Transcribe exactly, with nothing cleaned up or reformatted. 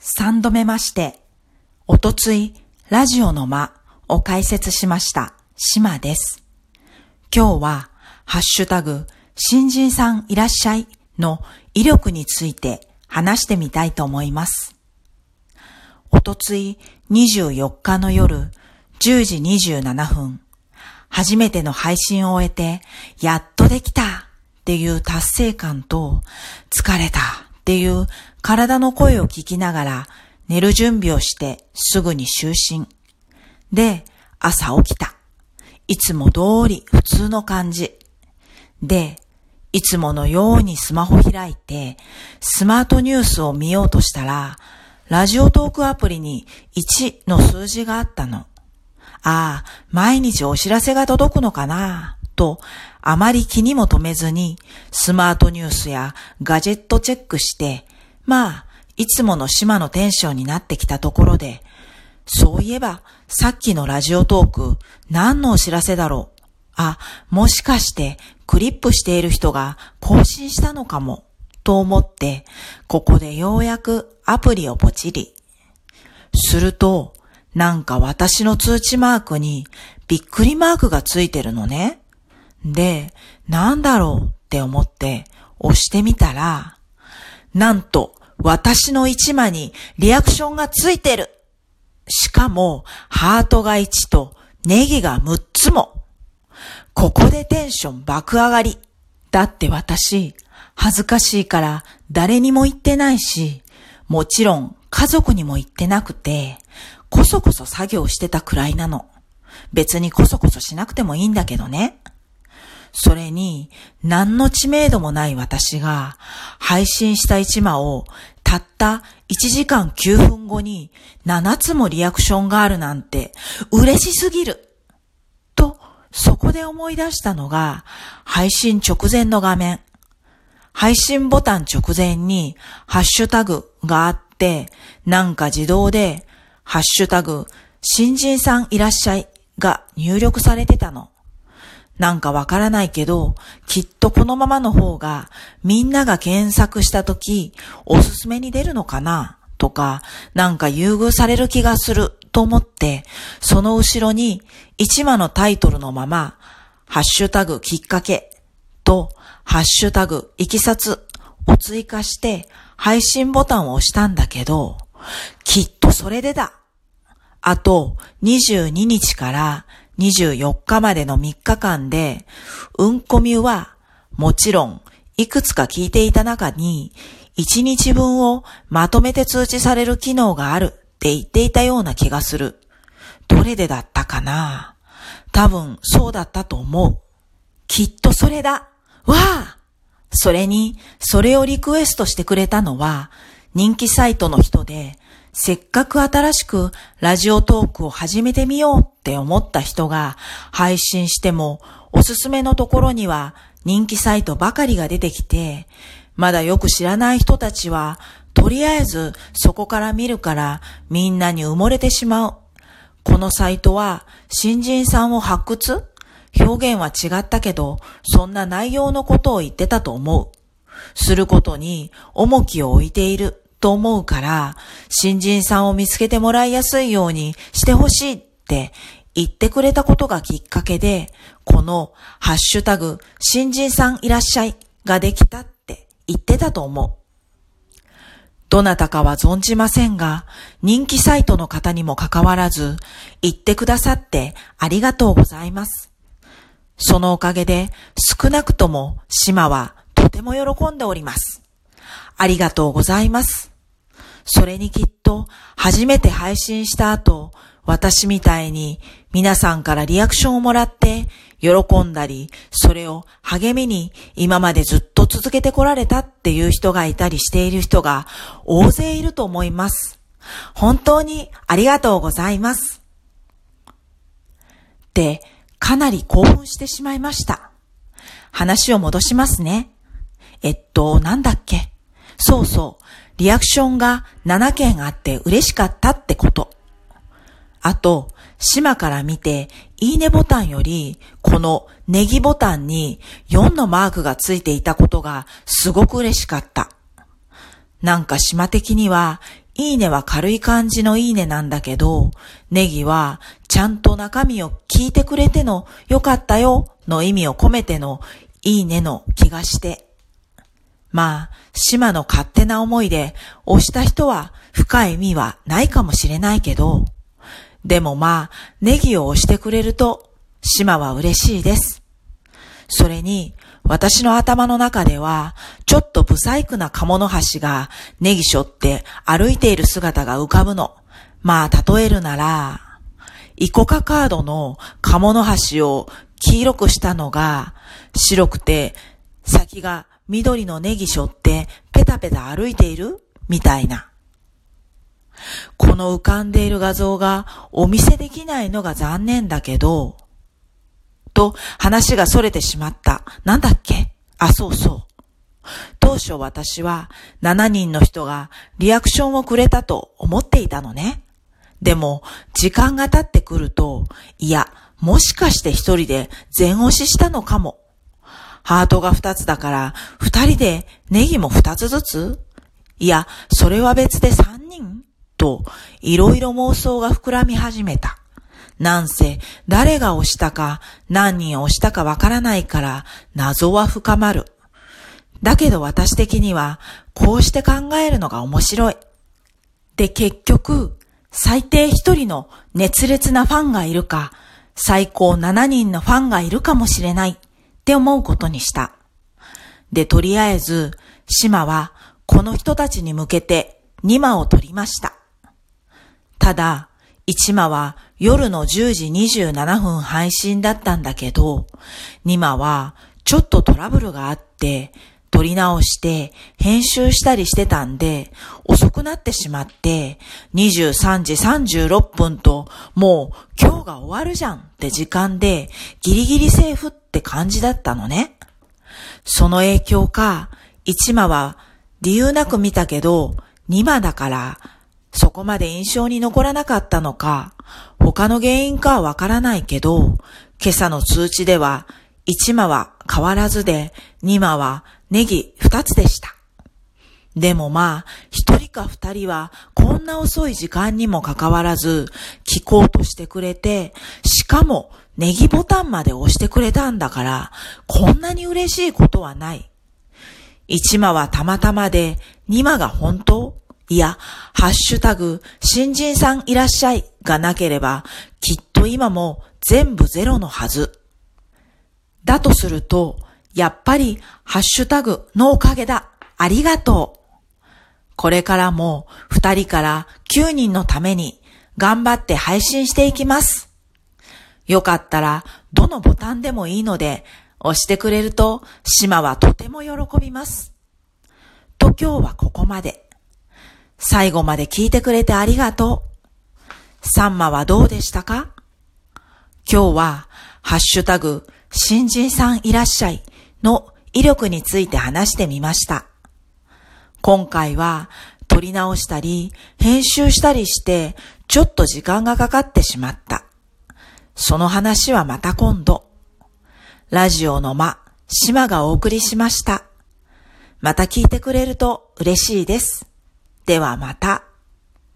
三度目まして、おとついラジオの間を開設しました島です。今日はハッシュタグ新人さんいらっしゃいの威力について話してみたいと思います。おとついにじゅうよっかの夜じゅうじにじゅうななふん、初めての配信を終えてやっとできたっていう達成感と疲れたっていう体の声を聞きながら寝る準備をしてすぐに就寝。で、朝起きた。いつも通り普通の感じ。で、いつものようにスマホ開いてスマートニュースを見ようとしたら、ラジオトークアプリにいちの数字があったの。ああ、毎日お知らせが届くのかなと、あまり気にも留めずにスマートニュースやガジェットチェックして、まあ、いつもの島のテンションになってきたところで、そういえばさっきのラジオトーク何のお知らせだろう。あ、もしかしてクリップしている人が更新したのかもと思って、ここでようやくアプリをポチリ。すると、なんか私の通知マークにびっくりマークがついてるのね。で、なんだろうって思って押してみたら、なんと私の一枚にリアクションがついてる。しかもハートがいちとネギがむっつも。ここでテンション爆上がり。だって私恥ずかしいから誰にも言ってないし、もちろん家族にも言ってなくて、こそこそ作業してたくらいなの。別にこそこそしなくてもいいんだけどね。それに何の知名度もない私が配信した一枚をたったいちじかんきゅうふんごにななつもリアクションがあるなんて嬉しすぎる。と、そこで思い出したのが配信直前の画面。配信ボタン直前にハッシュタグがあって、なんか自動でハッシュタグ新人さんいらっしゃいが入力されてたの。なんかわからないけど、きっとこのままの方がみんなが検索したときおすすめに出るのかなとか、なんか優遇される気がすると思って、その後ろに一枚のタイトルのまま、ハッシュタグきっかけとハッシュタグいきさつを追加して配信ボタンを押したんだけど、きっとそれでだ。あとにじゅうににちからにじゅうよっかまでのみっかかんで、うんこみゅはもちろんいくつか聞いていた中にいちにちぶんをまとめて通知される機能があるって言っていたような気がする。どれでだったかな？多分そうだったと思う。きっとそれだ。わあ！それに、それをリクエストしてくれたのは人気サイトの人で、せっかく新しくラジオトークを始めてみようって思った人が配信してもおすすめのところには人気サイトばかりが出てきて、まだよく知らない人たちはとりあえずそこから見るからみんなに埋もれてしまう。このサイトは新人さんを発掘？表現は違ったけどそんな内容のことを言ってたと思う。することに重きを置いていると思うから、新人さんを見つけてもらいやすいようにしてほしいって言ってくれたことがきっかけで、このハッシュタグ新人さんいらっしゃいができたって言ってたと思う。どなたかは存じませんが、人気サイトの方にもかかわらず言ってくださってありがとうございます。そのおかげで少なくとも島はとても喜んでおります。ありがとうございます。それにきっと初めて配信した後、私みたいに皆さんからリアクションをもらって喜んだり、それを励みに今までずっと続けてこられたっていう人がいたりしている人が大勢いると思います。本当にありがとうございます。で、かなり興奮してしまいました。話を戻しますね。えっと、なんだっけ。そうそう、リアクションがななけんあって嬉しかったってこと。あと、島から見て、いいねボタンより、このネギボタンによんのマークがついていたことがすごく嬉しかった。なんか島的には、 いいねは軽い感じのいいねなんだけど、ネギはちゃんと中身を聞いてくれてのよかったよの意味を込めてのいいねの気がして。まあ、島の勝手な思いで押した人は深い意味はないかもしれないけど、でもまあ、ネギを押してくれると島は嬉しいです。それに、私の頭の中では、ちょっと不細工な鴨の橋がネギ背負って歩いている姿が浮かぶの。まあ、例えるなら、イコカカードの鴨の橋を黄色くしたのが白くて、先が緑のネギ背負ってペタペタ歩いているみたいな。この浮かんでいる画像がお見せできないのが残念だけど、と話がそれてしまった。なんだっけ？あ、そうそう。当初私はしちにんの人がリアクションをくれたと思っていたのね。でも時間が経ってくると、いや、もしかして一人で全押ししたのかも。ハートが二つだから二人でネギも二つずつ？いや、それは別で三人？といろいろ妄想が膨らみ始めた。なんせ誰が押したか何人押したかわからないから謎は深まる。だけど私的にはこうして考えるのが面白い。で結局最低一人の熱烈なファンがいるか最高しちにんのファンがいるかもしれないって思うことにした。でとりあえず島はこの人たちに向けてにまを取りました。ただいちまは夜のじゅうじにじゅうななふん配信だったんだけど、にまはちょっとトラブルがあって、撮り直して編集したりしてたんで、遅くなってしまって、にじゅうさんじさんじゅうろっぷんと、もう今日が終わるじゃんって時間で、ギリギリセーフって感じだったのね。その影響か、いちまは理由なく見たけど、にまだから、そこまで印象に残らなかったのか、他の原因かはわからないけど、今朝の通知では、いちまは変わらずで、にまはネギふたつでした。でもまあ、ひとりかふたりはこんな遅い時間にもかかわらず、聞こうとしてくれて、しかもネギボタンまで押してくれたんだから、こんなに嬉しいことはない。いちまはたまたまで、にまが本当？いや、ハッシュタグ、新人さんいらっしゃいがなければ、きっと今も全部ゼロのはず。だとすると、やっぱりハッシュタグのおかげだ。ありがとう。これからもふたりからきゅうにんのために頑張って配信していきます。よかったらどのボタンでもいいので押してくれると島はとても喜びます。と今日はここまで。最後まで聞いてくれてありがとう。さんまはどうでしたか？今日はハッシュタグ新人さんいらっしゃいの威力について話してみました。今回は撮り直したり編集したりしてちょっと時間がかかってしまった。その話はまた今度。ラジオの間、島がお送りしました。また聞いてくれると嬉しいです。ではまた。